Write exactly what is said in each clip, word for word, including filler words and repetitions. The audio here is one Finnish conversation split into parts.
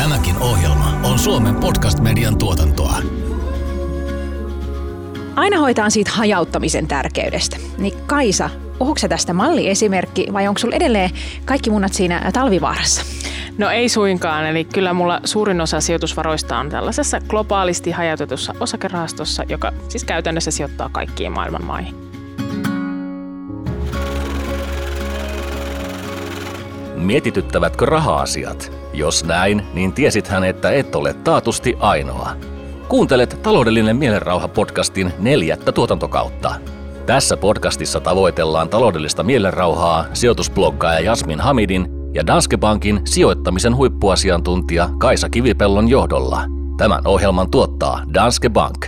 Tämäkin ohjelma on Suomen podcast-median tuotantoa. Aina hoitaan siitä hajauttamisen tärkeydestä. Niin Kaisa, onko se tästä malliesimerkki vai onko sulla edelleen kaikki munat siinä talvivaarassa? No ei suinkaan, eli kyllä mulla suurin osa sijoitusvaroista on tällaisessa globaalisti hajautetussa osakerahastossa, joka siis käytännössä sijoittaa kaikkiin maailman maihin. Mietityttävätkö raha-asiat? Jos näin, niin tiesithän, että et ole taatusti ainoa. Kuuntelet Taloudellinen mielenrauha-podcastin neljättä tuotantokautta. Tässä podcastissa tavoitellaan taloudellista mielenrauhaa sijoitusbloggaaja Jasmin Hamidin ja Danske Bankin sijoittamisen huippuasiantuntija Kaisa Kivipellon johdolla. Tämän ohjelman tuottaa Danske Bank.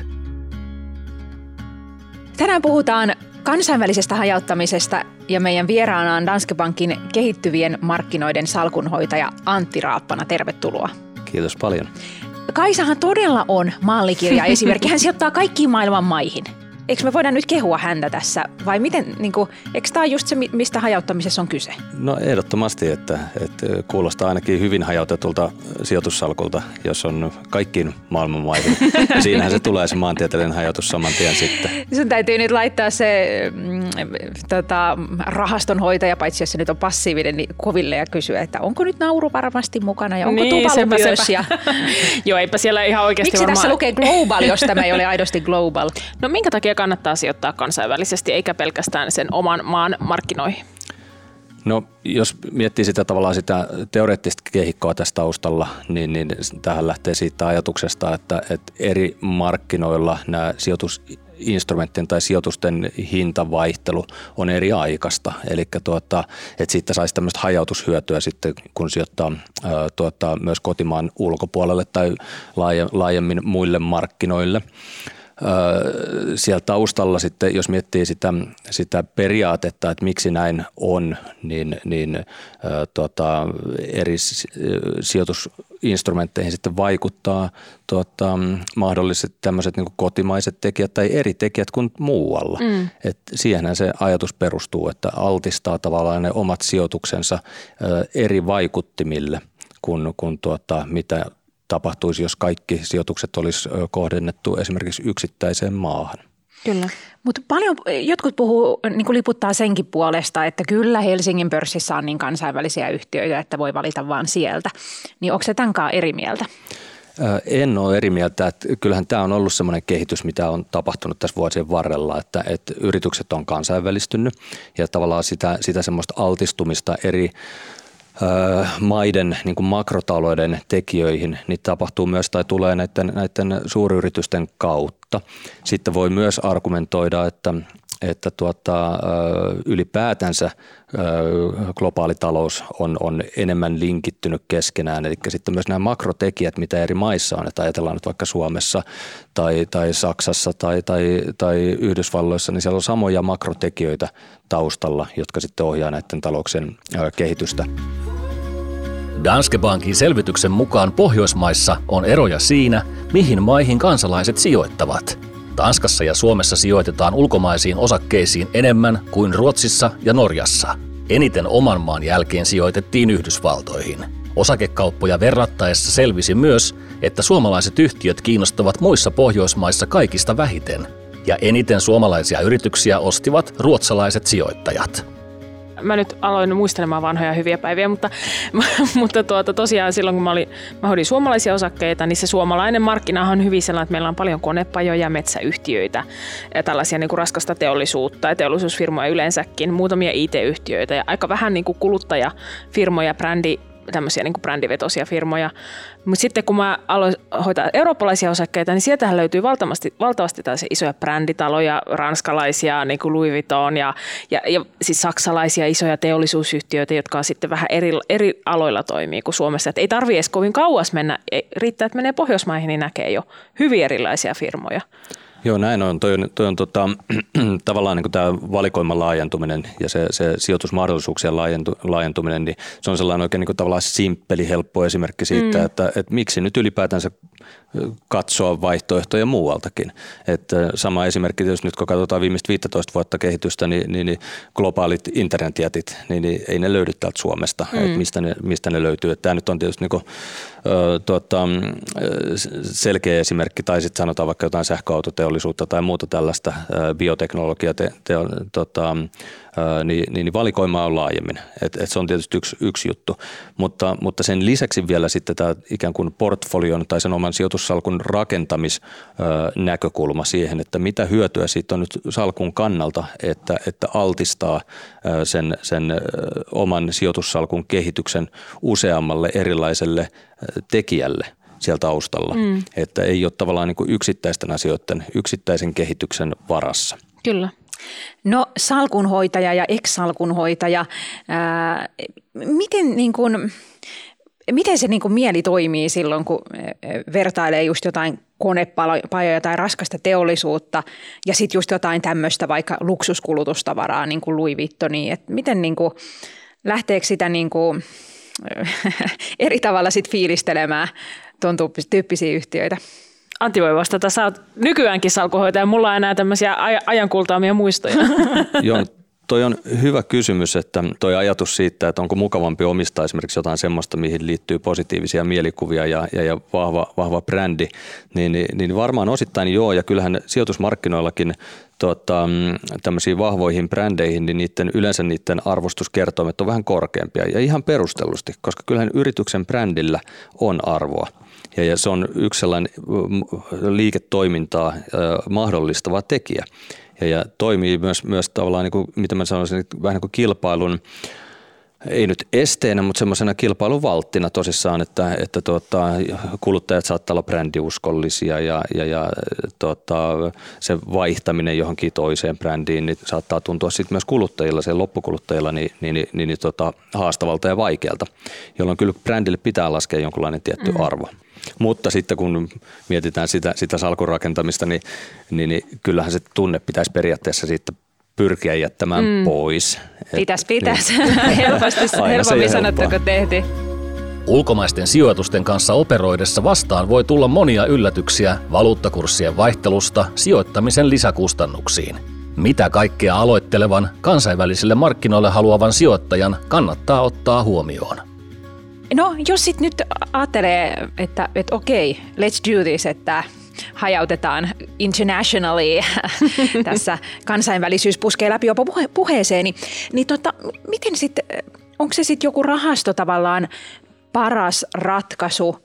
Tänään puhutaan kansainvälisestä hajauttamisesta ja meidän vieraana on Danske Bankin kehittyvien markkinoiden salkunhoitaja Antti Raappana. Tervetuloa. Kiitos paljon. Kaisahan todella on mallikirja esimerkki. Hän sijoittaa kaikkiin maailman maihin. Eikö me voida nyt kehua häntä tässä vai miten, niin kuin, eikö tämä just se, mistä hajauttamisessa on kyse? No ehdottomasti, että, että kuulostaa ainakin hyvin hajautetulta sijoitussalkulta, jos on kaikkiin maailman maihin. Ja siinähän se tulee se maantieteellinen hajautus saman tien sitten. Sun täytyy nyt laittaa se mm, tota, rahastonhoitaja, paitsi jos se nyt on passiivinen, niin koville ja kysyä, että onko nyt nauru varmasti mukana ja onko niin, Tuvalu myös? Ja... Joo, eipä siellä ihan oikeasti Miksi varmaan... tässä lukee global, jos tämä ei ole aidosti global? No minkä takia kannattaa sijoittaa kansainvälisesti eikä pelkästään sen oman maan markkinoihin? No jos miettii sitä tavallaan sitä teoreettista kehikkoa tässä taustalla, niin, niin tähän lähtee siitä ajatuksesta, että, että eri markkinoilla nämä sijoitusinstrumenttien tai sijoitusten hintavaihtelu on eri aikaista. Eli tuota, että siitä saisi tämmöistä hajautushyötyä sitten, kun sijoittaa ää, tuota, myös kotimaan ulkopuolelle tai laajemmin muille markkinoille. Siellä taustalla sitten, jos miettii sitä, sitä periaatetta, että miksi näin on, niin, niin äh, tota, eri sijoitusinstrumentteihin sitten vaikuttaa tota, mahdollisesti tämmöiset niin kuin kotimaiset tekijät tai eri tekijät kuin muualla. Mm. Et siihenhän se ajatus perustuu, että altistaa tavallaan ne omat sijoituksensa äh, eri vaikuttimille kuin, kuin tuota, mitä tapahtuisi, jos kaikki sijoitukset olisi kohdennettu esimerkiksi yksittäiseen maahan. Kyllä. Mutta paljon jotkut puhuu, niin kuin liputtaa senkin puolesta, että kyllä Helsingin pörssissä on niin kansainvälisiä yhtiöitä, että voi valita vaan sieltä. Niin onko se tämänkaan eri mieltä? En ole eri mieltä. Että kyllähän tämä on ollut semmoinen kehitys, mitä on tapahtunut tässä vuosien varrella, että, että yritykset on kansainvälistynyt ja tavallaan sitä, sitä semmoista altistumista eri maiden niin kuin makrotalouden tekijöihin, niin tapahtuu myös tai tulee näiden, näiden suuryritysten kautta. Sitten voi myös argumentoida, että, että tuota, ylipäätänsä globaali talous on, on enemmän linkittynyt keskenään, eli sitten myös nämä makrotekijät, mitä eri maissa on, että ajatellaan nyt vaikka Suomessa tai, tai Saksassa tai, tai, tai Yhdysvalloissa, niin siellä on samoja makrotekijöitä taustalla, jotka sitten ohjaa näiden talouksien kehitystä. Danske Bankin selvityksen mukaan Pohjoismaissa on eroja siinä, mihin maihin kansalaiset sijoittavat. Tanskassa ja Suomessa sijoitetaan ulkomaisiin osakkeisiin enemmän kuin Ruotsissa ja Norjassa. Eniten oman maan jälkeen sijoitettiin Yhdysvaltoihin. Osakekauppoja verrattaessa selvisi myös, että suomalaiset yhtiöt kiinnostavat muissa Pohjoismaissa kaikista vähiten. Ja eniten suomalaisia yrityksiä ostivat ruotsalaiset sijoittajat. Mä nyt aloin muistelemaan vanhoja hyviä päiviä, mutta, mutta tuota, tosiaan silloin kun mä, olin, mä hoidin suomalaisia osakkeita, niin se suomalainen markkina on hyvin sellainen, että meillä on paljon konepajoja, metsäyhtiöitä ja tällaisia niin kuin raskasta teollisuutta ja teollisuusfirmoja yleensäkin, muutamia I T-yhtiöitä ja aika vähän niin kuin kuluttajafirmoja, brändi, tämmöisiä niin kuin brändivetoisia firmoja. Mutta sitten kun mä aloin hoitaa eurooppalaisia osakkeita, niin sieltähän löytyy valtavasti, valtavasti tällaisia isoja bränditaloja, ranskalaisia, niin kuin Louis Vuitton ja, ja, ja siis saksalaisia isoja teollisuusyhtiöitä, jotka sitten vähän eri, eri aloilla toimii kuin Suomessa. Et ei tarvitse edes kovin kauas mennä, ei, riittää, että menee Pohjoismaihin, niin näkee jo hyvin erilaisia firmoja. Joo, näin on. Toi on, toi on tota, tavallaan niin kuin tämä valikoiman laajentuminen ja se, se sijoitusmahdollisuuksien laajentu, laajentuminen, niin se on sellainen oikein niin kuin tavallaan simppeli, helppo esimerkki siitä, mm. että, että miksi nyt ylipäätänsä katsoa vaihtoehtoja muualtakin. Että sama esimerkki, jos nyt kun katsotaan viimeistä viisitoista vuotta kehitystä, niin, niin, niin globaalit internetjätit, niin, niin ei ne löydy täältä Suomesta, mm. että mistä ne, mistä ne löytyy. Että tämä nyt on tietysti niin kuin, ö, tuota, selkeä esimerkki, tai sitten sanotaan vaikka jotain sähköautoteollisuutta tai muuta tällaista bioteknologiaa, te, te, tota, niin, niin valikoimaa on laajemmin. Et, et se on tietysti yksi, yksi juttu, mutta, mutta sen lisäksi vielä sitten tämä ikään kuin portfolion tai sen oman sijoitussalkun rakentamisnäkökulma siihen, että mitä hyötyä siitä on nyt salkun kannalta, että, että altistaa sen, sen oman sijoitussalkun kehityksen useammalle erilaiselle tekijälle siellä taustalla, mm. että ei ole tavallaan niin kuin yksittäisten asioiden, yksittäisen kehityksen varassa. Kyllä. No salkunhoitaja ja ex-salkunhoitaja, ää, miten, niin kuin, miten se niin kuin mieli toimii silloin, kun vertailee just jotain konepajoja tai raskasta teollisuutta ja sitten just jotain tämmöistä vaikka luksuskulutustavaraa niin kuin Louis Vuittonia, että miten niin kuin, lähteekö sitä niin kuin, eri tavalla sit fiilistelemään tuon tyyppisiä yhtiöitä? Antti voi vastata. Sä oot nykyäänkin salkunhoitaja. Mulla on enää tämmöisiä aj- ajankultaamia muistoja. Joo, toi on hyvä kysymys, että toi ajatus siitä, että onko mukavampi omistaa esimerkiksi jotain semmoista, mihin liittyy positiivisia mielikuvia ja, ja, ja vahva, vahva brändi, niin, niin, niin varmaan osittain joo. Ja kyllähän sijoitusmarkkinoillakin Tota, tämmöisiin vahvoihin brändeihin, niin niiden, yleensä niiden arvostuskertoimet on vähän korkeampia ja ihan perustellusti, koska kyllähän yrityksen brändillä on arvoa. Ja, ja se on yksi sellainen liiketoimintaa äh, mahdollistava tekijä ja, ja toimii myös, myös tavallaan, niin kuin, mitä mä sanoisin, vähän niin kuin kilpailun, ei nyt esteenä, mutta semmoisena kilpailuvalttina tosissaan, että, että tuota, kuluttajat saattaa olla brändiuskollisia ja, ja, ja tuota, se vaihtaminen johonkin toiseen brändiin niin saattaa tuntua sitten myös kuluttajilla, sen loppukuluttajilla niin, niin, niin, niin, niin tuota, haastavalta ja vaikealta, jolloin kyllä brändille pitää laskea jonkunlainen tietty mm. arvo. Mutta sitten kun mietitään sitä, sitä salkun rakentamista, niin, niin, niin kyllähän se tunne pitäisi periaatteessa siitä pyrkiä jättämään mm. pois. Pitäisi, pitäisi. Helposti, helpommin sanottu, kun tehtiin. Ulkomaisten sijoitusten kanssa operoidessa vastaan voi tulla monia yllätyksiä valuuttakurssien vaihtelusta sijoittamisen lisäkustannuksiin. Mitä kaikkea aloittelevan, kansainvälisille markkinoille haluavan sijoittajan kannattaa ottaa huomioon? No jos sitten nyt ajattelee, että, että okei, let's do this, että hajautetaan internationally, tässä kansainvälisyys puskee läpi jopa puhe- puheeseen, niin, niin tota, miten sitten, onko se sitten joku rahasto tavallaan paras ratkaisu,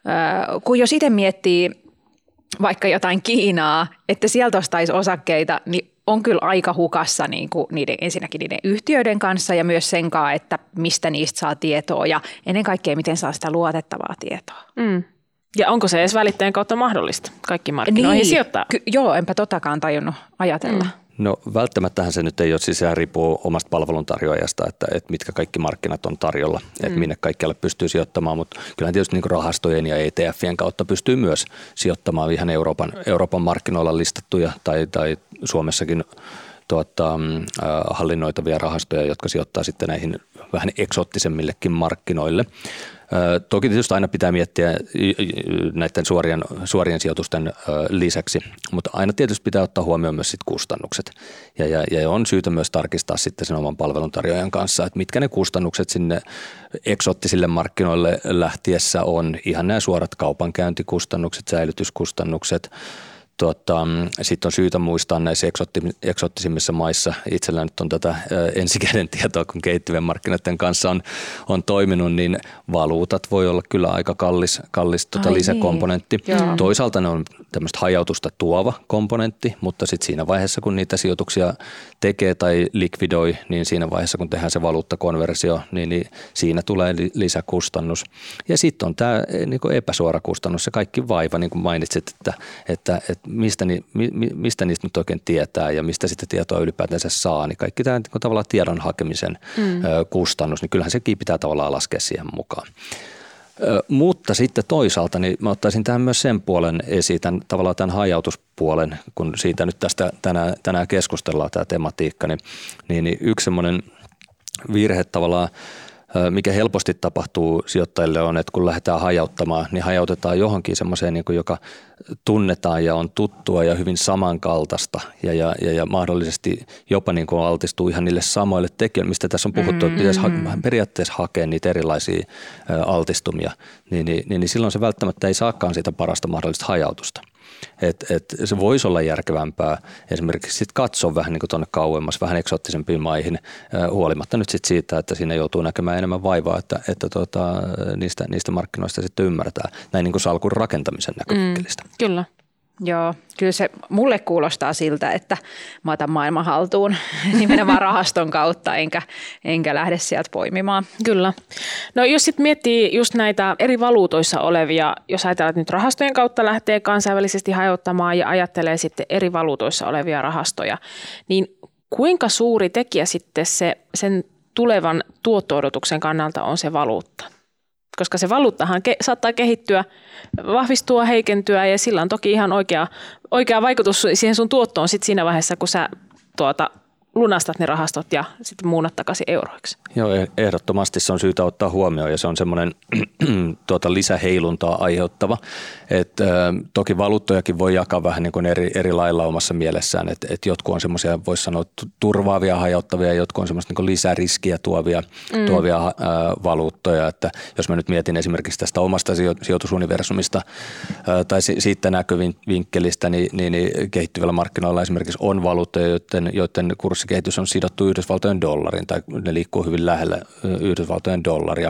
kun jos itse miettii vaikka jotain Kiinaa, että sieltä ostaisi osakkeita, niin on kyllä aika hukassa niin kuin niiden, ensinnäkin niiden yhtiöiden kanssa ja myös sen kanssa, että mistä niistä saa tietoa ja ennen kaikkea miten saa sitä luotettavaa tietoa. Mm. Ja onko se edes välittäjän kautta mahdollista kaikki markkinoihin niin, sijoittaa? Ky- joo, enpä totakaan tajunnut ajatella. Mm. No välttämättähän se nyt ei ole, siis sehän riippuu omasta palveluntarjoajasta, että, että mitkä kaikki markkinat on tarjolla, mm. että minne kaikkialle pystyy sijoittamaan, mutta kyllähän tietysti niin kuin rahastojen ja E T F:ien kautta pystyy myös sijoittamaan ihan Euroopan, Euroopan markkinoilla listattuja tai, tai Suomessakin tuota, äh, hallinnoitavia rahastoja, jotka sijoittaa sitten näihin vähän eksoottisemmillekin markkinoille. Toki tietysti aina pitää miettiä näiden suorien, suorien sijoitusten lisäksi, mutta aina tietysti pitää ottaa huomioon myös sit kustannukset. Ja, ja, ja on syytä myös tarkistaa sitten sen oman palveluntarjoajan kanssa, että mitkä ne kustannukset sinne eksoottisille markkinoille lähtiessä on. Ihan nämä suorat kaupankäyntikustannukset, säilytyskustannukset. Tota, sitten on syytä muistaa näissä eksoottisimmissa maissa, itsellä nyt on tätä ensikäden tietoa, kun kehittyvien markkinoiden kanssa on, on toiminut, niin valuutat voi olla kyllä aika kallis, kallis tota lisäkomponentti. Niin. Toisaalta ne on tämmöistä hajautusta tuova komponentti, mutta sitten siinä vaiheessa, kun niitä sijoituksia tekee tai likvidoi, niin siinä vaiheessa, kun tehdään se valuuttakonversio, niin, niin siinä tulee lisäkustannus. Ja sitten on tämä niin kuin epäsuora kustannus, se kaikki vaiva, niin kuin mainitsit, että, että, että Mistä, ni, mi, mistä niistä nyt oikein tietää ja mistä sitä tietoa ylipäätänsä saa, niin kaikki tämä niin tavallaan tiedon hakemisen mm. kustannus, niin kyllähän sekin pitää tavallaan laskea siihen mukaan. Mutta sitten toisaalta niin mä ottaisin tähän myös sen puolen esiin, tämän, tavallaan tämän hajautuspuolen, kun siitä nyt tästä tänään, tänään keskustellaan tämä tematiikka, niin, niin yksi semmoinen virhe tavallaan, mikä helposti tapahtuu sijoittajille on, että kun lähdetään hajauttamaan, niin hajautetaan johonkin semmoiseen, niin kuin joka tunnetaan ja on tuttua ja hyvin samankaltaista ja, ja, ja, ja mahdollisesti jopa niin kuin altistuu ihan niille samoille tekijöille, mistä tässä on puhuttu, mm, että pitäisi ha- periaatteessa hakea niitä erilaisia ä, altistumia, niin, niin, niin, niin silloin se välttämättä ei saakaan sitä parasta mahdollista hajautusta. Että et se voisi olla järkevämpää esimerkiksi sit katsoa vähän niin kuin tuonne kauemmas, vähän eksoottisempiin maihin, huolimatta nyt sit siitä, että siinä joutuu näkemään enemmän vaivaa, että, että tuota, niistä, niistä markkinoista sitten ymmärtää näin niin kuin salkun rakentamisen näkövinkkelistä. Mm, kyllä. Joo, kyllä se mulle kuulostaa siltä, että mä otan maailman haltuun nimenomaan rahaston kautta, enkä, enkä lähde sieltä poimimaan. Kyllä. No jos sitten miettii just näitä eri valuutoissa olevia, jos ajatellaan, että nyt rahastojen kautta lähtee kansainvälisesti hajottamaan ja ajattelee sitten eri valuutoissa olevia rahastoja, niin kuinka suuri tekijä sitten se, sen tulevan tuotto-odotuksen kannalta on se valuutta? Koska se valuuttahan ke- saattaa kehittyä, vahvistua, heikentyä ja sillä on toki ihan oikea, oikea vaikutus siihen sun tuottoon sit siinä vaiheessa, kun sä tuota, lunastat ne rahastot ja sitten muunnat takaisin euroiksi. Joo, ehdottomasti se on syytä ottaa huomioon ja se on semmoinen tuota, lisäheiluntaa aiheuttava. Et, ä, toki valuuttojakin voi jakaa vähän niin kuin eri, eri lailla omassa mielessään, että et jotkut on semmoisia, voisi sanoa, turvaavia, hajauttavia ja jotkut on semmoista niin kuin lisäriskiä tuovia, mm. tuovia ä, valuuttoja. Että jos mä nyt mietin esimerkiksi tästä omasta sijoitusuniversumista ä, tai siitä näkövinkkelistä, niin, niin, niin kehittyvillä markkinoilla esimerkiksi on valuuttoja, joiden, joiden kurssi kehitys on sidottu Yhdysvaltojen dollarin tai ne liikkuu hyvin lähellä Yhdysvaltojen dollaria.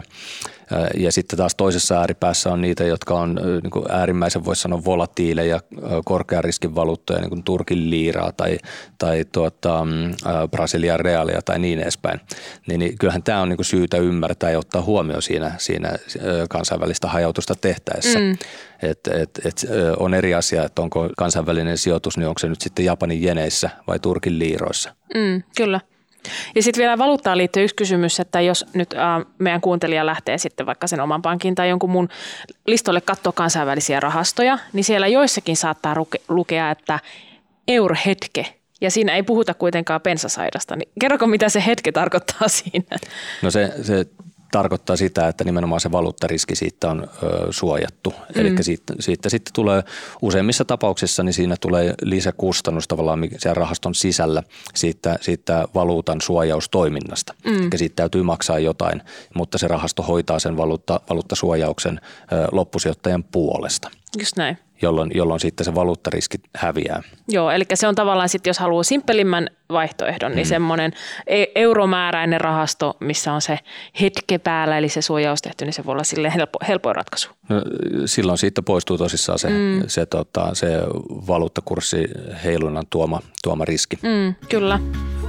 Ja sitten taas toisessa ääripäässä on niitä, jotka on niin kuin äärimmäisen, voisi sanoa, volatiileja, korkean riskin valuuttoja, niin kuin Turkin liiraa tai, tai tuota, Brasilian reaalia tai niin edespäin. Niin, niin kyllähän tämä on niin kuin syytä ymmärtää ja ottaa huomioon siinä, siinä kansainvälistä hajautusta tehtäessä. Mm. Et, et, et on eri asia, että onko kansainvälinen sijoitus, niin onko se nyt sitten Japanin jeneissä vai Turkin liiroissa. Mm, kyllä. Ja sitten vielä valuuttaan liittyy yksi kysymys, että jos nyt äh, meidän kuuntelija lähtee sitten vaikka sen oman pankin tai jonkun mun listolle katsoa kansainvälisiä rahastoja, niin siellä joissakin saattaa ruke- lukea, että eurohetke. Ja siinä ei puhuta kuitenkaan pensasaidasta. Niin kerroko, mitä se hetke tarkoittaa siinä? No se... se... tarkoittaa sitä, että nimenomaan se valuuttariski siitä on ö, suojattu. Mm. Eli siitä, siitä sitten tulee useimmissa tapauksissa, niin siinä tulee lisäkustannus tavallaan siellä rahaston sisällä siitä, siitä valuutan suojaustoiminnasta. Mm. Eli siitä täytyy maksaa jotain, mutta se rahasto hoitaa sen valuutta, valuuttasuojauksen ö, loppusijoittajan puolesta. Just näin. Jolloin, jolloin sitten se valuuttariski häviää. Joo, eli se on tavallaan sitten, jos haluaa simppelimmän vaihtoehdon, niin mm. semmoinen euromääräinen rahasto, missä on se hetke päällä, eli se suojaus tehty, niin se voi olla silleen helpo, helpoin ratkaisu. No, silloin siitä poistuu tosissaan se, mm. se, tota, se valuuttakurssi heilunnan tuoma, tuoma riski. Mm, kyllä.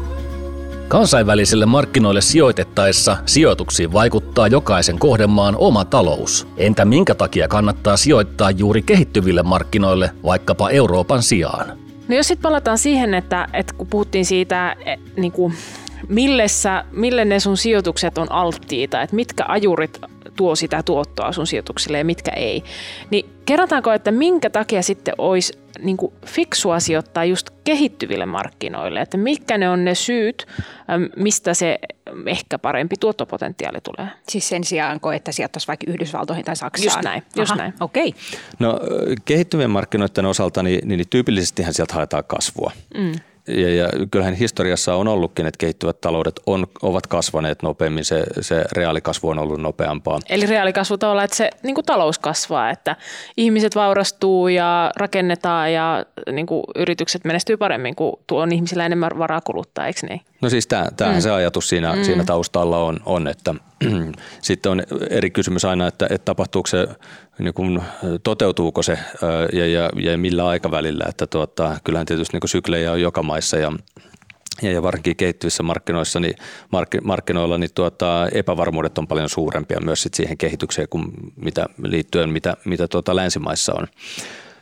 Kansainvälisille markkinoille sijoitettaessa sijoituksiin vaikuttaa jokaisen kohdemaan oma talous. Entä minkä takia kannattaa sijoittaa juuri kehittyville markkinoille, vaikkapa Euroopan sijaan? No jos sitten palataan siihen, että, että kun puhuttiin siitä, niin kuin, millessä, mille ne sun sijoitukset on alttiita, että mitkä ajurit tuo sitä tuottoa sun sijoituksille ja mitkä ei, niin kerrotaanko, että minkä takia sitten olisi niin kuin fiksua sijoittaa just kehittyville markkinoille, että mitkä ne on ne syyt, mistä se ehkä parempi tuottopotentiaali tulee? Siis sen sijaan, että sijoittaisi vaikka Yhdysvaltoihin tai Saksaan? Just näin, just näin. Okei. Okay. No kehittyvien markkinoiden osalta, niin, niin tyypillisestihän sieltä haetaan kasvua. Mm. Ja, ja kyllähän historiassa on ollutkin, että kehittyvät taloudet on, ovat kasvaneet nopeammin, se, se reaalikasvu on ollut nopeampaa. Eli reaalikasvu tavallaan, että se niin kuin talous kasvaa, että ihmiset vaurastuu ja rakennetaan ja niin kuin yritykset menestyy paremmin, kun tuo on ihmisillä enemmän varaa kuluttaa, eikö niin? No siis tämähän mm. se ajatus siinä, mm. siinä taustalla on, on että sitten on eri kysymys aina, että, että tapahtuuko se, niin kuin, toteutuuko se ja, ja, ja millä aikavälillä, että tuota, kyllähän tietysti niin kuin syklejä on joka maissa ja Ja, ja varsinkin kehittyvissä markkinoissa, niin mark, markkinoilla niin tuota, epävarmuudet on paljon suurempia myös sit siihen kehitykseen kuin mitä liittyen, mitä, mitä tuota länsimaissa on.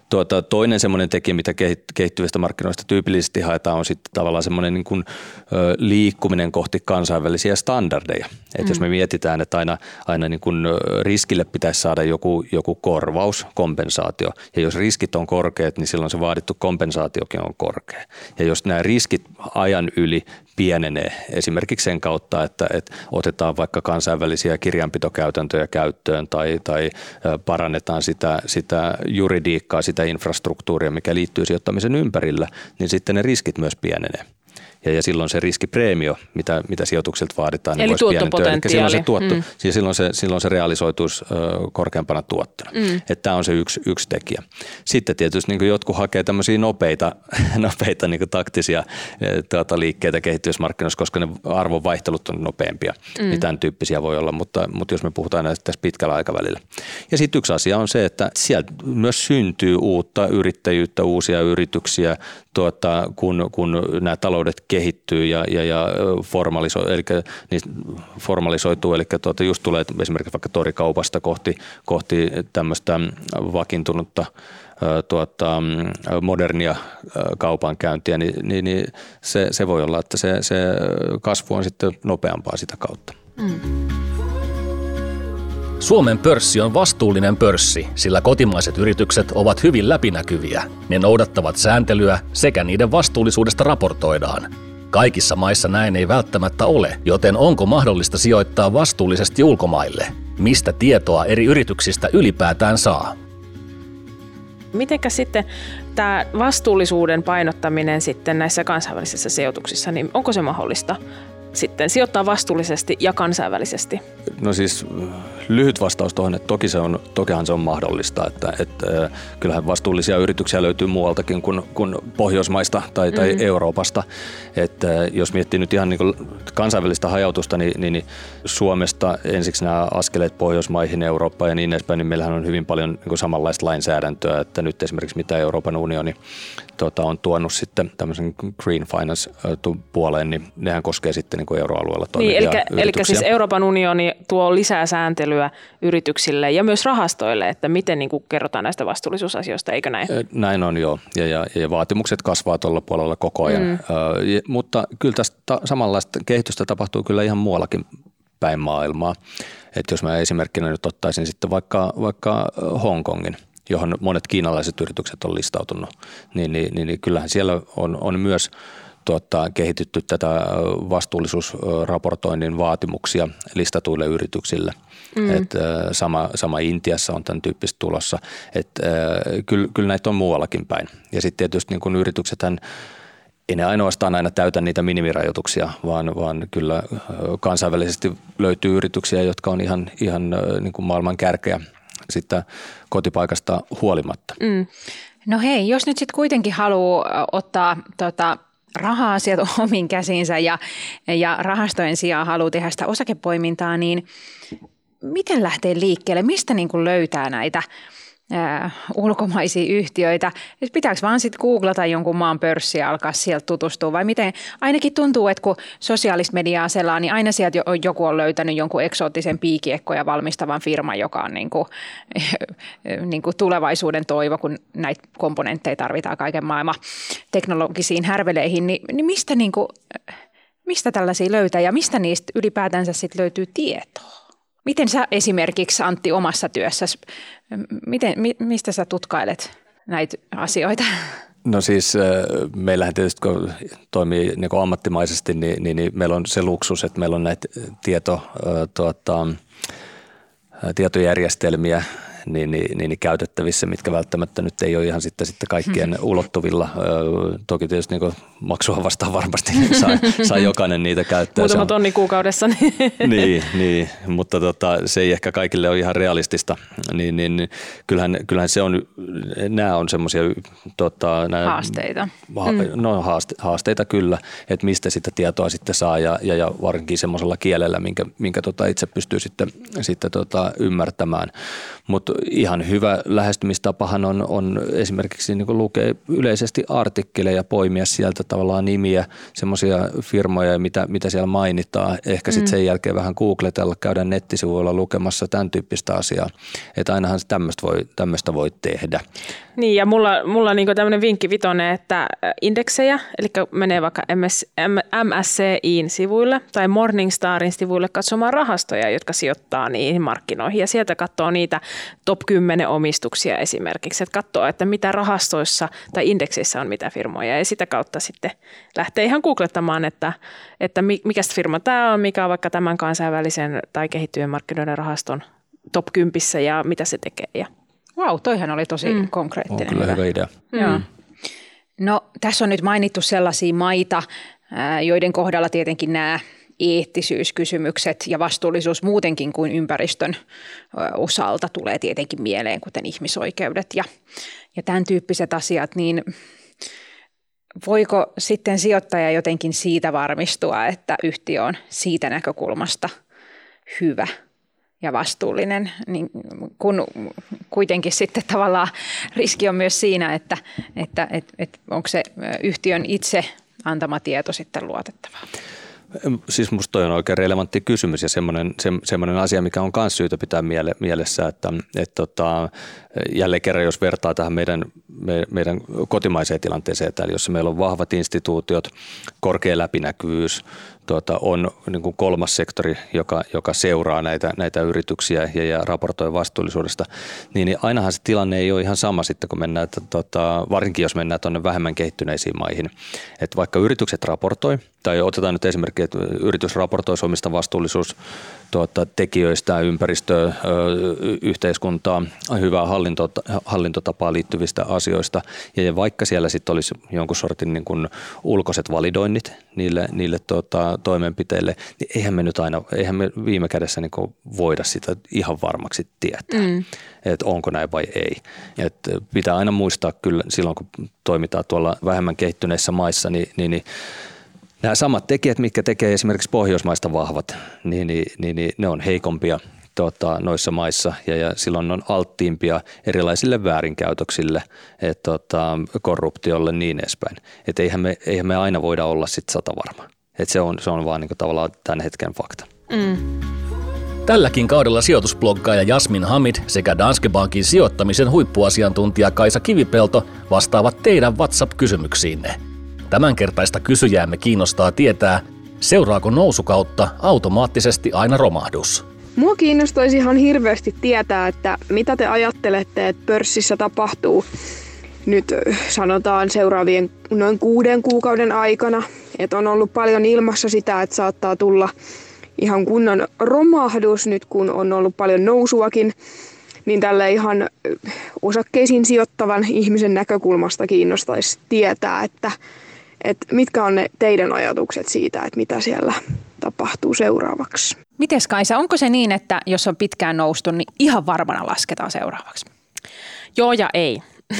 Tuota, toinen semmoinen tekijä, mitä kehittyvistä markkinoista tyypillisesti haetaan, on sitten tavallaan semmoinen niin kuin, ö, liikkuminen kohti kansainvälisiä standardeja. Et mm. jos me mietitään, että aina, aina niin kuin riskille pitäisi saada joku, joku korvaus, kompensaatio, ja jos riskit on korkeat, niin silloin se vaadittu kompensaatiokin on korkea. Ja jos nämä riskit ajan yli pienenee esimerkiksi sen kautta, että, että otetaan vaikka kansainvälisiä kirjanpitokäytäntöjä käyttöön tai, tai parannetaan sitä, sitä juridiikkaa, sitä infrastruktuuria, mikä liittyy sijoittamisen ympärillä, niin sitten ne riskit myös pienenee. Ja, ja silloin se riskipreemio, mitä, mitä sijoituksilta vaaditaan, niin voisi pienentyä. Eli silloin se, tuotto, mm. siis silloin se, silloin se realisoituisi ö, korkeampana tuottona. Mm. Tämä on se yksi, yksi tekijä. Sitten tietysti niin jotkut hakee tämmöisiä nopeita, nopeita niin taktisia tuota, liikkeitä kehittymismarkkinoissa, koska ne arvonvaihtelut on nopeampia. Mm. Niin tämän tyyppisiä voi olla, mutta, mutta jos me puhutaan näistä tässä pitkällä aikavälillä. Ja sitten yksi asia on se, että sieltä myös syntyy uutta yrittäjyyttä, uusia yrityksiä, tuota, kun, kun nämä taloudet kehittyy ja, ja, ja formaliso, eli, niin formalisoituu, eli tuota, just tulee esimerkiksi vaikka torikaupasta kohti, kohti tämmöistä vakiintunutta tuota, modernia kaupankäyntiä, niin, niin, niin se, se voi olla, että se, se kasvu on sitten nopeampaa sitä kautta. Mm. Suomen pörssi on vastuullinen pörssi, sillä kotimaiset yritykset ovat hyvin läpinäkyviä. Ne noudattavat sääntelyä sekä niiden vastuullisuudesta raportoidaan. Kaikissa maissa näin ei välttämättä ole, joten onko mahdollista sijoittaa vastuullisesti ulkomaille? Mistä tietoa eri yrityksistä ylipäätään saa? Mitenkä sitten tämä vastuullisuuden painottaminen sitten näissä kansainvälisissä sijoituksissa, niin onko se mahdollista sitten sijoittaa vastuullisesti ja kansainvälisesti? No siis lyhyt vastaus tuohon, että toki se on, tokihan se on mahdollista, että, että kyllähän vastuullisia yrityksiä löytyy muualtakin kuin, kuin Pohjoismaista tai, tai mm-hmm. Euroopasta. Että jos miettii nyt ihan niin kuin kansainvälistä hajautusta, niin, niin Suomesta ensiksi nämä askeleet Pohjoismaihin, Eurooppaan ja niin edespäin, niin meillähän on hyvin paljon niin kuin samanlaista lainsäädäntöä, että nyt esimerkiksi mitä Euroopan unioni tuota, on tuonut sitten tämmöisen green finance-puoleen, niin nehän koskee sitten niin kuin euroalueella toimivia niin, eli, yrityksiä. Eli siis Euroopan unioni tuo lisää sääntelyä yrityksille ja myös rahastoille, että miten niin kuin kerrotaan näistä vastuullisuusasioista, eikö näin? Näin on joo, ja, ja, ja vaatimukset kasvaa tuolla puolella koko ajan, mm. ja, mutta kyllä tästä samanlaista kehitystä tapahtuu kyllä ihan muuallakin päin maailmaa. Että jos mä esimerkkinä nyt ottaisin sitten vaikka, vaikka Hongkongin, johon monet kiinalaiset yritykset on listautunut, niin, niin, niin, niin kyllähän siellä on, on myös tuota, kehitytty tätä vastuullisuusraportoinnin vaatimuksia listatuille yrityksille. Mm. Et, sama, sama Intiassa on tämän tyyppistä tulossa. Et, kyllä, kyllä näitä on muuallakin päin. Ja sitten tietysti niin kun yrityksethän ei ne ainoastaan aina täytä niitä minimirajoituksia, vaan, vaan kyllä kansainvälisesti löytyy yrityksiä, jotka on ihan, ihan niin kuin maailman kärkeä sitten kotipaikasta huolimatta. Mm. No hei, jos nyt sitten kuitenkin haluaa ottaa tota, raha-asiat omiin käsiinsä ja, ja rahastojen sijaan haluaa tehdä sitä osakepoimintaa, niin miten lähtee liikkeelle? Mistä niin kuin löytää näitä ää, ulkomaisia yhtiöitä? Pitääkö vaan sitten googlata jonkun maan pörssiä ja alkaa sieltä tutustua vai miten? Ainakin tuntuu, että kun sosiaalista mediaa selaa, niin aina sieltä joku on löytänyt jonkun eksoottisen piikiekkoja valmistavan firman, joka on niin kuin, niin kuin tulevaisuuden toivo, kun näitä komponentteja tarvitaan kaiken maailman teknologisiin härveleihin. Niin, niin mistä, niin kuin, mistä tällaisia löytää ja mistä niistä ylipäätänsä sitten löytyy tietoa? Miten sä esimerkiksi, Antti, omassa työssäsi, miten, mistä sä tutkailet näitä asioita? No siis meillähän tietysti kun toimii niin kuin ammattimaisesti, niin, niin, niin meillä on se luksus, että meillä on näitä tieto, tuota, tietojärjestelmiä niin, niin, niin käytettävissä, mitkä välttämättä nyt ei ole ihan sitten, sitten kaikkien hmm. ulottuvilla. Toki tietysti niin maksua vastaan varmasti saa, saa jokainen niitä käyttää. Muutama tonni kuukaudessa. niin, niin, mutta tota, se ei ehkä kaikille ole ihan realistista. Niin, niin, kyllähän, kyllähän se on, nämä on semmoisia tota, haasteita. Ha, no haaste, haasteita kyllä, että mistä sitä tietoa sitten saa ja, ja, ja varsinkin semmoisella kielellä, minkä, minkä tota itse pystyy sitten, sitten tota ymmärtämään. Mutta ihan hyvä lähestymistapahan on, on esimerkiksi niin kuin lukea yleisesti artikkeleja, poimia sieltä tavallaan nimiä, semmoisia firmoja, mitä, mitä siellä mainitaan. Ehkä sitten sen jälkeen vähän googletella, käydä nettisivuilla lukemassa tämän tyyppistä asiaa. Että ainahan tämmöistä voi, tämmöistä voi tehdä. Niin, ja mulla, mulla on niinku tämmöinen vinkki vitonen, että indeksejä, eli menee vaikka M S C I:n sivuille tai Morningstarin sivuille katsomaan rahastoja, jotka sijoittaa niihin markkinoihin. Ja sieltä katsoo niitä top kymmenen omistuksia esimerkiksi, että katsoo, että mitä rahastoissa tai indekseissä on mitä firmoja. Ja sitä kautta sitten lähtee ihan googlettamaan, että, että mikä firma tämä on, mikä on vaikka tämän kansainvälisen tai kehittyvien markkinoiden rahaston top kympissä ja mitä se tekee. Ja Vau, toihan oli tosi mm. konkreettinen. On kyllä hyvä idea. Mm. Joo. No, tässä on nyt mainittu sellaisia maita, joiden kohdalla tietenkin nämä eettisyyskysymykset ja vastuullisuus muutenkin kuin ympäristön osalta tulee tietenkin mieleen, kuten ihmisoikeudet ja, ja tämän tyyppiset asiat, niin voiko sitten sijoittaja jotenkin siitä varmistua, että yhtiö on siitä näkökulmasta hyvä ja vastuullinen, niin kun kuitenkin sitten tavallaan riski on myös siinä, että, että, että, että onko se yhtiön itse antama tieto sitten luotettavaa. Siis musta toi on oikein relevantti kysymys ja semmoinen, se, semmoinen asia, mikä on myös syytä pitää miele, mielessä, että et tota, jälleen kerran jos vertaa tähän meidän, me, meidän kotimaiseen tilanteeseen, että jos meillä on vahvat instituutiot, korkea läpinäkyvyys, tuota, on niin kuin kolmas sektori, joka, joka seuraa näitä, näitä yrityksiä ja, ja raportoi vastuullisuudesta, niin, niin ainahan se tilanne ei ole ihan sama sitten, kun mennään, tota, varsinkin jos mennään tuonne vähemmän kehittyneisiin maihin. Että vaikka yritykset raportoi, tai otetaan nyt esimerkki, että yritys raportoi omista vastuullisuustekijöistä, ympäristöä, yhteiskuntaa, hyvää hallinto, hallintotapaa liittyvistä asioista, ja vaikka siellä sitten olisi jonkun sortin niin kuin ulkoiset validoinnit niille, niille tuota, toimenpiteille, niin eihän me nyt aina, eihän me viime kädessä niin kuin voida sitä ihan varmaksi tietää, mm. että onko näin vai ei. Et pitää aina muistaa kyllä silloin, kun toimitaan tuolla vähemmän kehittyneissä maissa, niin, niin, niin nämä samat tekijät, mitkä tekee esimerkiksi Pohjoismaista vahvat, niin, niin, niin, niin ne on heikompia tota, noissa maissa ja, ja silloin on alttiimpia erilaisille väärinkäytöksille, et, tota, korruptiolle niin edespäin. Et eihän, me, eihän me aina voida olla sit satavarma. Et se on, se on vaan niinku tavallaan tämän hetken fakta. Mm. Tälläkin kaudella sijoitusbloggaaja Jasmin Hamid sekä Danske Bankin sijoittamisen huippuasiantuntija Kaisa Kivipelto vastaavat teidän WhatsApp-kysymyksiinne. Tämänkertaista kysyjäämme kiinnostaa tietää, seuraako nousukautta automaattisesti aina romahdus? Mua kiinnostaisi ihan hirveästi tietää, että mitä te ajattelette, että pörssissä tapahtuu nyt sanotaan seuraavien noin kuuden kuukauden aikana. Että on ollut paljon ilmassa sitä, että saattaa tulla ihan kunnon romahdus nyt, kun on ollut paljon nousuakin. Niin tällä ihan osakkeisiin sijoittavan ihmisen näkökulmasta kiinnostaisi tietää, että että mitkä on ne teidän ajatukset siitä, että mitä siellä tapahtuu seuraavaksi? Mites Kaisa, onko se niin, että jos on pitkään noustu, niin ihan varmana lasketaan seuraavaksi? Joo ja ei.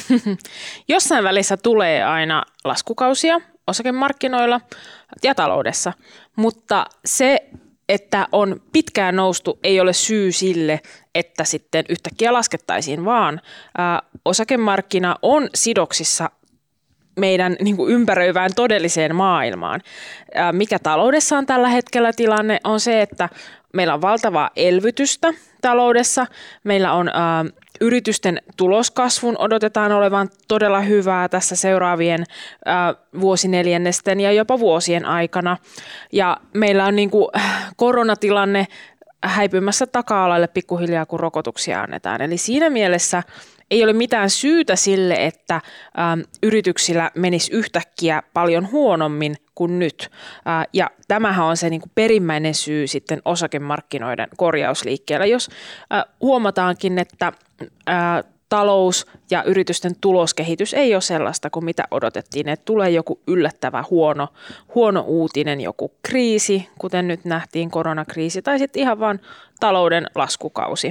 Jossain välissä tulee aina laskukausia osakemarkkinoilla ja taloudessa, mutta se, että on pitkään noustu, ei ole syy sille, että sitten yhtäkkiä laskettaisiin, vaan ää, osakemarkkina on sidoksissa meidän niin kuin ympäröivään todelliseen maailmaan. Mikä taloudessa on tällä hetkellä tilanne on se, että meillä on valtavaa elvytystä taloudessa. Meillä on ä, yritysten tuloskasvun odotetaan olevan todella hyvää tässä seuraavien ä, vuosineljännesten ja jopa vuosien aikana. Ja meillä on niin kuin koronatilanne häipymässä taka-alalle pikkuhiljaa, kun rokotuksia annetaan. Eli siinä mielessä ei ole mitään syytä sille, että ä, yrityksillä menisi yhtäkkiä paljon huonommin kuin nyt. Ä, ja tämähän on se niin kuin perimmäinen syy sitten osakemarkkinoiden korjausliikkeellä. Jos ä, huomataankin, että ä, talous ja yritysten tuloskehitys ei ole sellaista kuin mitä odotettiin, että tulee joku yllättävä huono, huono uutinen, joku kriisi, kuten nyt nähtiin koronakriisi, tai sitten ihan vaan talouden laskukausi.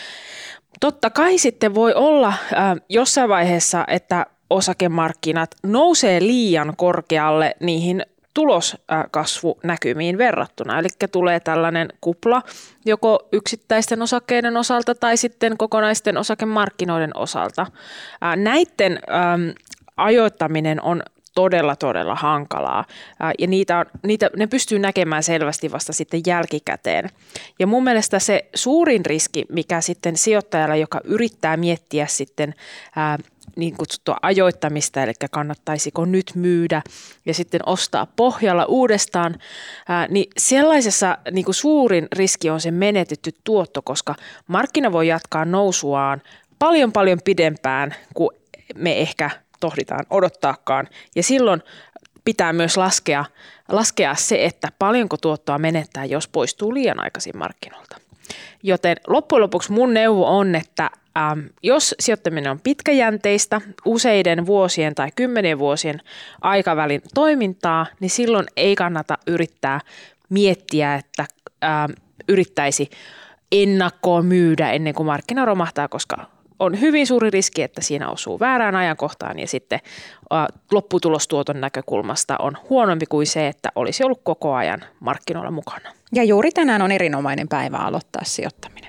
Totta kai sitten voi olla äh, jossain vaiheessa, että osakemarkkinat nousee liian korkealle niihin tuloskasvunäkymiin verrattuna. Eli tulee tällainen kupla joko yksittäisten osakkeiden osalta tai sitten kokonaisten osakemarkkinoiden osalta. Näiden ajoittaminen on todella, todella hankalaa ja niitä on, niitä, ne pystyy näkemään selvästi vasta sitten jälkikäteen. Ja mun mielestä se suurin riski, mikä sitten sijoittajalla, joka yrittää miettiä sitten ää, niin kutsuttua ajoittamista, eli kannattaisiko nyt myydä ja sitten ostaa pohjalla uudestaan, ää, niin sellaisessa niin kuin suurin riski on se menetetty tuotto, koska markkina voi jatkaa nousuaan paljon paljon pidempään kuin me ehkä tohditaan odottaakaan. Ja silloin pitää myös laskea, laskea se, että paljonko tuottoa menettää, jos poistuu liian aikaisin markkinoilta. Joten loppujen lopuksi mun neuvo on, että ähm, jos sijoittaminen on pitkäjänteistä, useiden vuosien tai kymmenien vuosien aikavälin toimintaa, niin silloin ei kannata yrittää miettiä, että ähm, yrittäisi ennakkoon myydä ennen kuin markkina romahtaa, koska on hyvin suuri riski, että siinä osuu väärään ajankohtaan ja sitten lopputulostuoton näkökulmasta on huonompi kuin se, että olisi ollut koko ajan markkinoilla mukana. Ja juuri tänään on erinomainen päivä aloittaa sijoittaminen.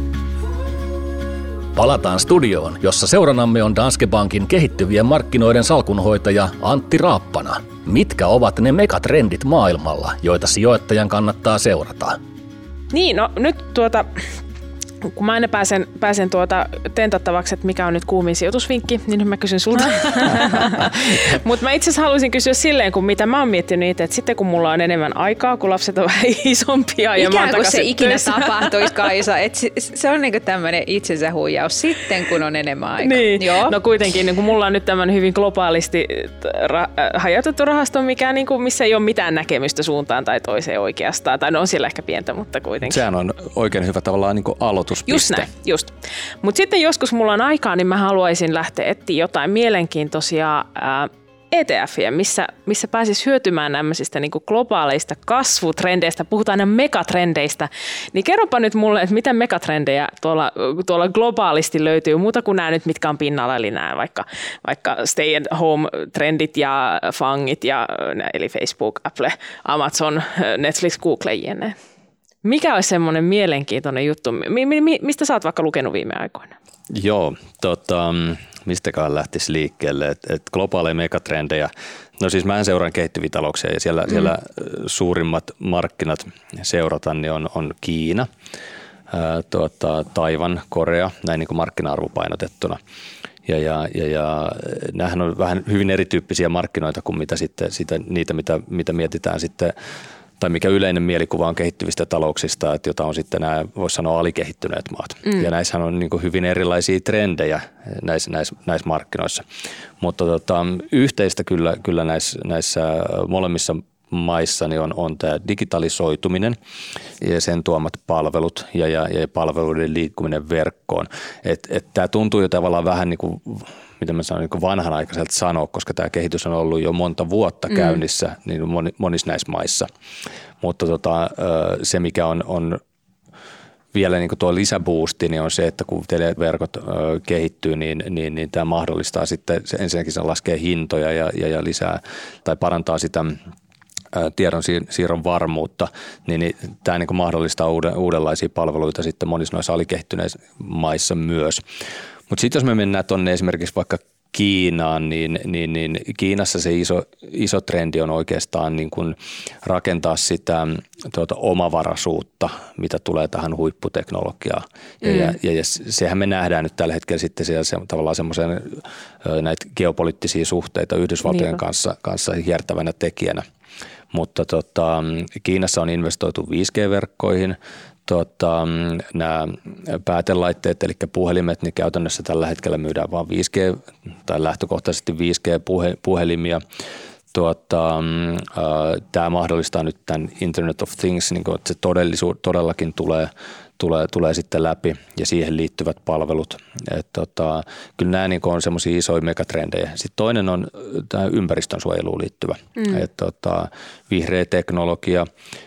Palataan studioon, jossa seuranamme on Danske Bankin kehittyvien markkinoiden salkunhoitaja Antti Raappana. Mitkä ovat ne megatrendit maailmalla, joita sijoittajan kannattaa seurata? Niin, no nyt tuota... Kun mä aina pääsen, pääsen tuota tentattavaksi, että mikä on nyt kuumin sijoitusvinkki, niin nyt mä kysyn sulta. Mutta mä itse asiassa haluaisin kysyä silleen, kun mitä mä oon miettinyt itse, että sitten kun mulla on enemmän aikaa, kun lapset on vähän isompia. Ja ikään kuin se ikinä tapahtuisi, Kaisa. Et se on niinku tämmöinen itsensä huijaus sitten, kun on enemmän aikaa. Niin. Joo. No kuitenkin, niin kun mulla on nyt tämmöinen hyvin globaalisti ra- hajautettu rahasto, mikä, niin kuin, missä ei ole mitään näkemystä suuntaan tai toiseen oikeastaan. Tai no on siellä ehkä pientä, mutta kuitenkin. Sehän on oikein hyvä tavallaan niin kuin aloitus. Just näin, just. Mutta sitten joskus mulla on aikaa, niin mä haluaisin lähteä etsiä jotain mielenkiintoisia ää, E T F:jä, missä, missä pääsisi hyötymään nämmöisistä niin kuin globaaleista kasvutrendeistä, puhutaan aina megatrendeistä. Niin kerropa nyt mulle, että mitä megatrendejä tuolla, tuolla globaalisti löytyy, muuta kuin nämä nyt, mitkä on pinnalla, eli nämä vaikka, vaikka stay at home trendit ja fangit, ja, eli Facebook, Apple, Amazon, Netflix, Google, jne. Mikä olisi semmoinen mielenkiintoinen juttu? Mi- mi- mistä sä oot vaikka lukenut viime aikoina? Joo, tota, mistäkään lähtisi liikkeelle, että et globaaleja megatrendejä. No siis mä seuraan kehittyviä talouksia ja siellä, mm. siellä suurimmat markkinat seuratan niin on, on Kiina, ää, tuota, Taiwan, Korea, näin niin kuin markkina-arvopainotettuna. Ja, ja, ja, ja nämähän on vähän hyvin erityyppisiä markkinoita kuin mitä sitten, sitä, niitä, mitä, mitä mietitään sitten, tai mikä yleinen mielikuva on kehittyvistä talouksista, että jota on sitten nämä, voisi sanoa, alikehittyneet maat. Mm. Ja näissähän on niin kuin hyvin erilaisia trendejä näissä, näissä, näissä markkinoissa. Mutta tota, yhteistä kyllä, kyllä näissä, näissä molemmissa maissa niin on, on tämä digitalisoituminen ja sen tuomat palvelut ja, ja, ja palveluiden liikkuminen verkkoon. Et, et tämä tuntuu jo tavallaan vähän niin kuin, miten mä sanon, niin vanhanaikaiselta sanoa, koska tämä kehitys on ollut jo monta vuotta mm. käynnissä niin monissa näissä maissa. Mutta tota, se, mikä on, on vielä niin kuin tuo lisäboosti, niin on se, että kun televerkot kehittyy, niin, niin, niin tämä mahdollistaa sitten, ensinnäkin se laskee hintoja ja, ja, ja lisää tai parantaa sitä tiedon siirron varmuutta, niin, niin tämä niin mahdollistaa uuden, uudenlaisia palveluita sitten monissa noissa alikehittyneissä maissa myös. Mutta sitten jos me mennään tuonne esimerkiksi vaikka Kiinaan, niin, niin, niin Kiinassa se iso, iso trendi on oikeastaan niin kuin rakentaa sitä tuota, omavaraisuutta, mitä tulee tähän huipputeknologiaan. Ja, mm. ja, ja, ja sehän me nähdään nyt tällä hetkellä sitten siellä se, tavallaan semmoisen näitä geopoliittisia suhteita Yhdysvaltojen kanssa, kanssa hiertävänä tekijänä. Mutta tota, Kiinassa on investoitu viisi G-verkkoihin. Tota, nämä päätelaitteet, eli puhelimet, niin käytännössä tällä hetkellä myydään vain viisi G tai lähtökohtaisesti viisi G-puhelimia. Tuota, tämä mahdollistaa nyt tämän Internet of Things, niin kuin, että se todellisuus todellakin tulee, tulee, tulee sitten läpi ja siihen liittyvät palvelut. Et, tota, kyllä nämä niin kuin on semmoisia isoja megatrendejä. Sitten toinen on tämä ympäristönsuojeluun liittyvä, mm. et, tota, vihreä teknologia.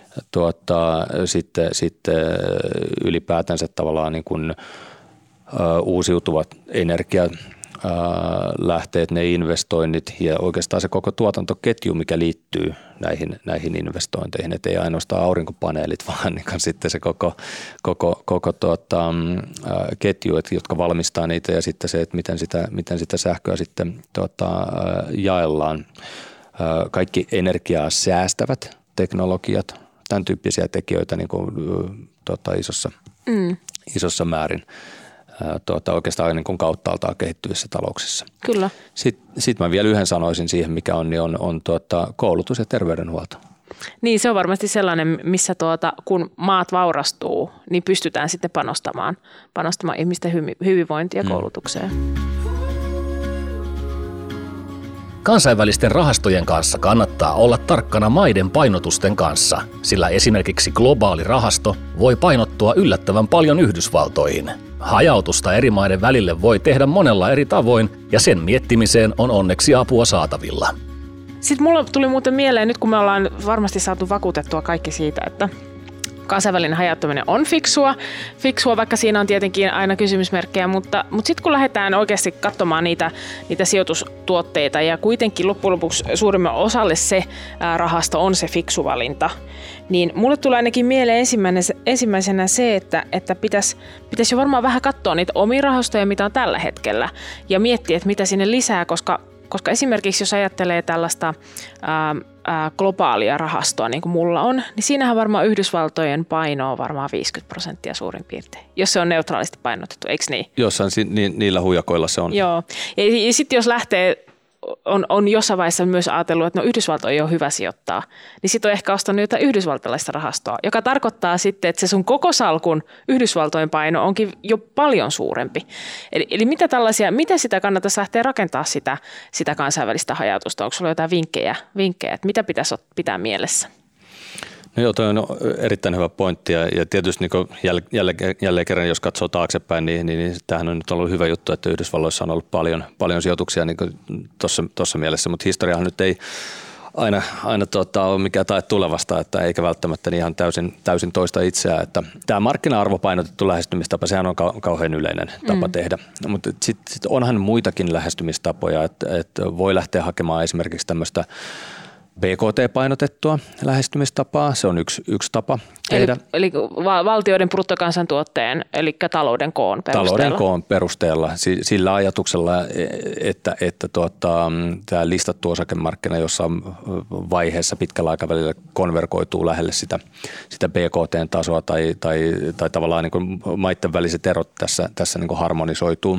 Tuota, sitten, sitten ylipäätänsä tavallaan niin kuin, ä, uusiutuvat energiat, lähteet, ne investoinnit ja oikeastaan se koko tuotantoketju, mikä liittyy näihin, näihin investointeihin. Että ei ainoastaan aurinkopaneelit, vaan niin sitten se koko, koko, koko tuota, ketju, että, jotka valmistaa niitä ja sitten se, että miten sitä, miten sitä sähköä sitten tuota, jaellaan. Kaikki energiaa säästävät teknologiat, tämän tyyppisiä tekijöitä niin kuin, tuota, isossa, mm. isossa määrin. Tuota, oikeastaan niin kuin kauttaaltaan kehittyvissä talouksissa. Kyllä. Sitten sit mä vielä yhden sanoisin siihen, mikä on, niin on, on tuota, koulutus ja terveydenhuolto. Niin, se on varmasti sellainen, missä tuota, kun maat vaurastuu, niin pystytään sitten panostamaan, panostamaan ihmisten hyvinvointiin ja koulutukseen. Mm. Kansainvälisten rahastojen kanssa kannattaa olla tarkkana maiden painotusten kanssa, sillä esimerkiksi globaali rahasto voi painottua yllättävän paljon Yhdysvaltoihin. Hajautusta eri maiden välille voi tehdä monella eri tavoin, ja sen miettimiseen on onneksi apua saatavilla. Sitten mulla tuli muuten mieleen, nyt kun me ollaan varmasti saatu vakuutettua kaikki siitä, että kansainvälinen hajauttaminen on fiksua, fiksua, vaikka siinä on tietenkin aina kysymysmerkkejä, mutta, mutta sitten kun lähdetään oikeasti katsomaan niitä, niitä sijoitustuotteita ja kuitenkin loppujen lopuksi suurimman osalle se ää, rahasto on se fiksu valinta, niin mulle tulee ainakin mieleen ensimmäisenä se, että, että pitäisi, pitäisi jo varmaan vähän katsoa niitä omia rahastoja, mitä on tällä hetkellä ja miettiä, että mitä sinne lisää, koska Koska esimerkiksi jos ajattelee tällaista ää, ää, globaalia rahastoa, niin kuin mulla on, niin siinähän varmaan Yhdysvaltojen paino on varmaan viisikymmentä prosenttia suurin piirtein, jos se on neutraalisti painotettu, eikö niin? Jossain ni, niillä huijakoilla se on. Joo, ja, ja sitten jos lähtee, on, on jossain vaiheessa myös ajatellut, että no Yhdysvalto ei ole hyvä sijoittaa, niin sitten on ehkä ostanut jotain yhdysvaltalaista rahastoa, joka tarkoittaa sitten, että se sun koko salkun Yhdysvaltojen paino onkin jo paljon suurempi. Eli, eli mitä tällaisia, miten sitä kannattaisi lähteä rakentaa sitä, sitä kansainvälistä hajautusta? Onko sulla jotain vinkkejä, vinkkejä että mitä pitäisi pitää mielessä? No joo, toi on erittäin hyvä pointti ja, ja tietysti niin jälleen, jälleen, jälleen kerran, jos katsoo taaksepäin, niin, niin, niin tämähän on nyt ollut hyvä juttu, että Yhdysvalloissa on ollut paljon, paljon sijoituksia niin tuossa mielessä, mutta historiahan nyt ei aina, aina tota, ole mikään tae tulevasta, että eikä välttämättä niin ihan täysin, täysin toista itseään. Että tämä markkina-arvopainotettu lähestymistapa, sehän on kauhean yleinen tapa mm. tehdä, mutta sitten sit onhan muitakin lähestymistapoja, että, että voi lähteä hakemaan esimerkiksi tämmöistä B K T-painotettua lähestymistapaa, se on yksi, yksi tapa tehdä. Eli, eli valtioiden bruttokansantuotteen, eli talouden koon perusteella. Talouden koon perusteella, sillä ajatuksella, että, että tuota, tämä listattu osakemarkkina jossain vaiheessa pitkällä aikavälillä konvergoituu lähelle sitä, sitä B K T-tasoa tai, tai, tai tavallaan niin kuin maiden väliset erot tässä, tässä niin kuin harmonisoituu.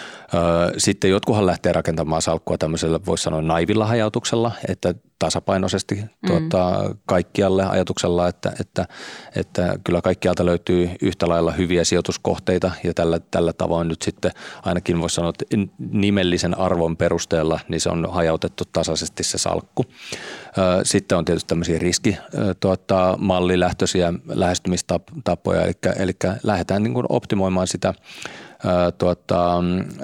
Sitten jotkuhan lähtee rakentamaan salkkua tämmöisellä, voisi sanoa naivilla hajautuksella, että tasapainoisesti mm. tuota, kaikkialle ajatuksella, että, että, että kyllä kaikkialta löytyy yhtä lailla hyviä sijoituskohteita ja tällä, tällä tavoin nyt sitten ainakin voisi sanoa, että nimellisen arvon perusteella niin se on hajautettu tasaisesti se salkku. Sitten on tietysti tämmöisiä riskimallilähtöisiä lähestymistapoja, eli, eli lähdetään niin kuin optimoimaan sitä Tuota,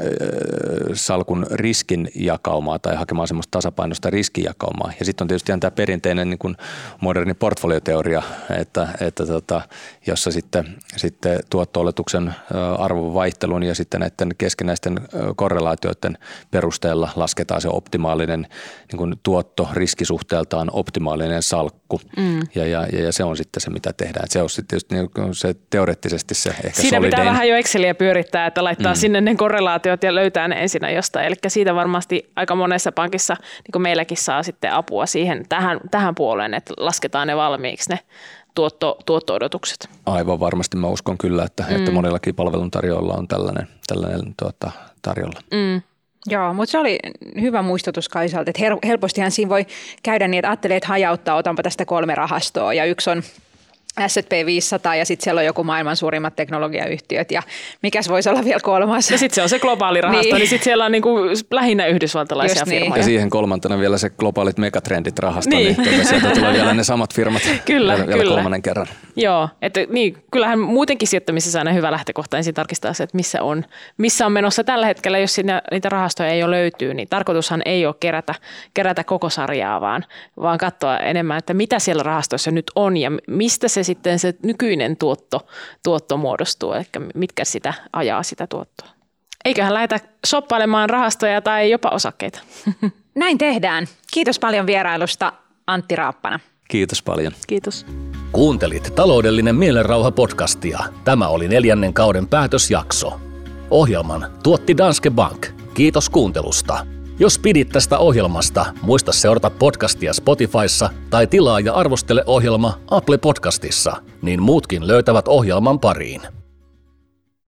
salkun riskin jakaumaa tai hakemaan semmoista tasapainoista riskinjakaumaa. Ja sitten on tietysti tämä perinteinen niin kuin moderni portfolioteoria, että, että tota, jossa sitten, sitten tuotto-oletuksen arvon vaihtelun ja sitten näiden keskenäisten korrelaatioiden perusteella lasketaan se optimaalinen niin kuin tuotto riskisuhteeltaan optimaalinen salkku. Mm. Ja, ja, ja se on sitten se, mitä tehdään. Se on sitten tietysti niin se teoreettisesti se ehkä siinä solidein. Pitää vähän jo Exceliä pyörittää, että laittaa mm. sinne ne korrelaatiot ja löytää ne ensin jostain. Eli siitä varmasti aika monessa pankissa, niin kuin meilläkin saa sitten apua siihen tähän, tähän puoleen, että lasketaan ne valmiiksi ne tuotto, tuotto-odotukset. Aivan varmasti mä uskon kyllä, että, mm. että monillakin palveluntarjoilla on tällainen, tällainen tuota, tarjolla. Mm. Joo, mutta se oli hyvä muistutus Kaisalta, että helpostihan siinä voi käydä niin, että ajattelee, että hajauttaa, otanpa tästä kolme rahastoa ja yksi on S and P viisisataa ja sitten siellä on joku maailman suurimmat teknologiayhtiöt ja mikäs voisi olla vielä kolmas? Ja sitten se on se globaali rahasto, niin, niin sitten siellä on niinku lähinnä yhdysvaltalaisia just firmoja. Niin. Ja siihen kolmantena vielä se globaalit megatrendit rahasto, niin, niin tuota, sieltä tulee vielä ne samat firmat kyllä, vielä, vielä kolmannen kerran. Joo, että niin, kyllähän muutenkin sijoittamisessa aina hyvä lähtökohta ensin tarkistaa se, että missä on, missä on menossa tällä hetkellä, jos siinä, niitä rahastoja ei ole löytyy, niin tarkoitushan ei ole kerätä, kerätä koko sarjaa, vaan, vaan katsoa enemmän, että mitä siellä rahastoissa nyt on ja mistä se sitten se nykyinen tuotto, tuotto muodostuu, eli mitkä sitä ajaa sitä tuottoa. Eiköhän lähdetä shoppailemaan rahastoja tai jopa osakkeita. Näin tehdään. Kiitos paljon vierailusta, Antti Raappana. Kiitos paljon. Kiitos. Kuuntelit Taloudellinen mielenrauha-podcastia. Tämä oli neljännen kauden päätösjakso. Ohjelman tuotti Danske Bank. Kiitos kuuntelusta. Jos pidit tästä ohjelmasta, muista seurata podcastia Spotifyssa tai tilaa ja arvostele ohjelma Apple Podcastissa, niin muutkin löytävät ohjelman pariin.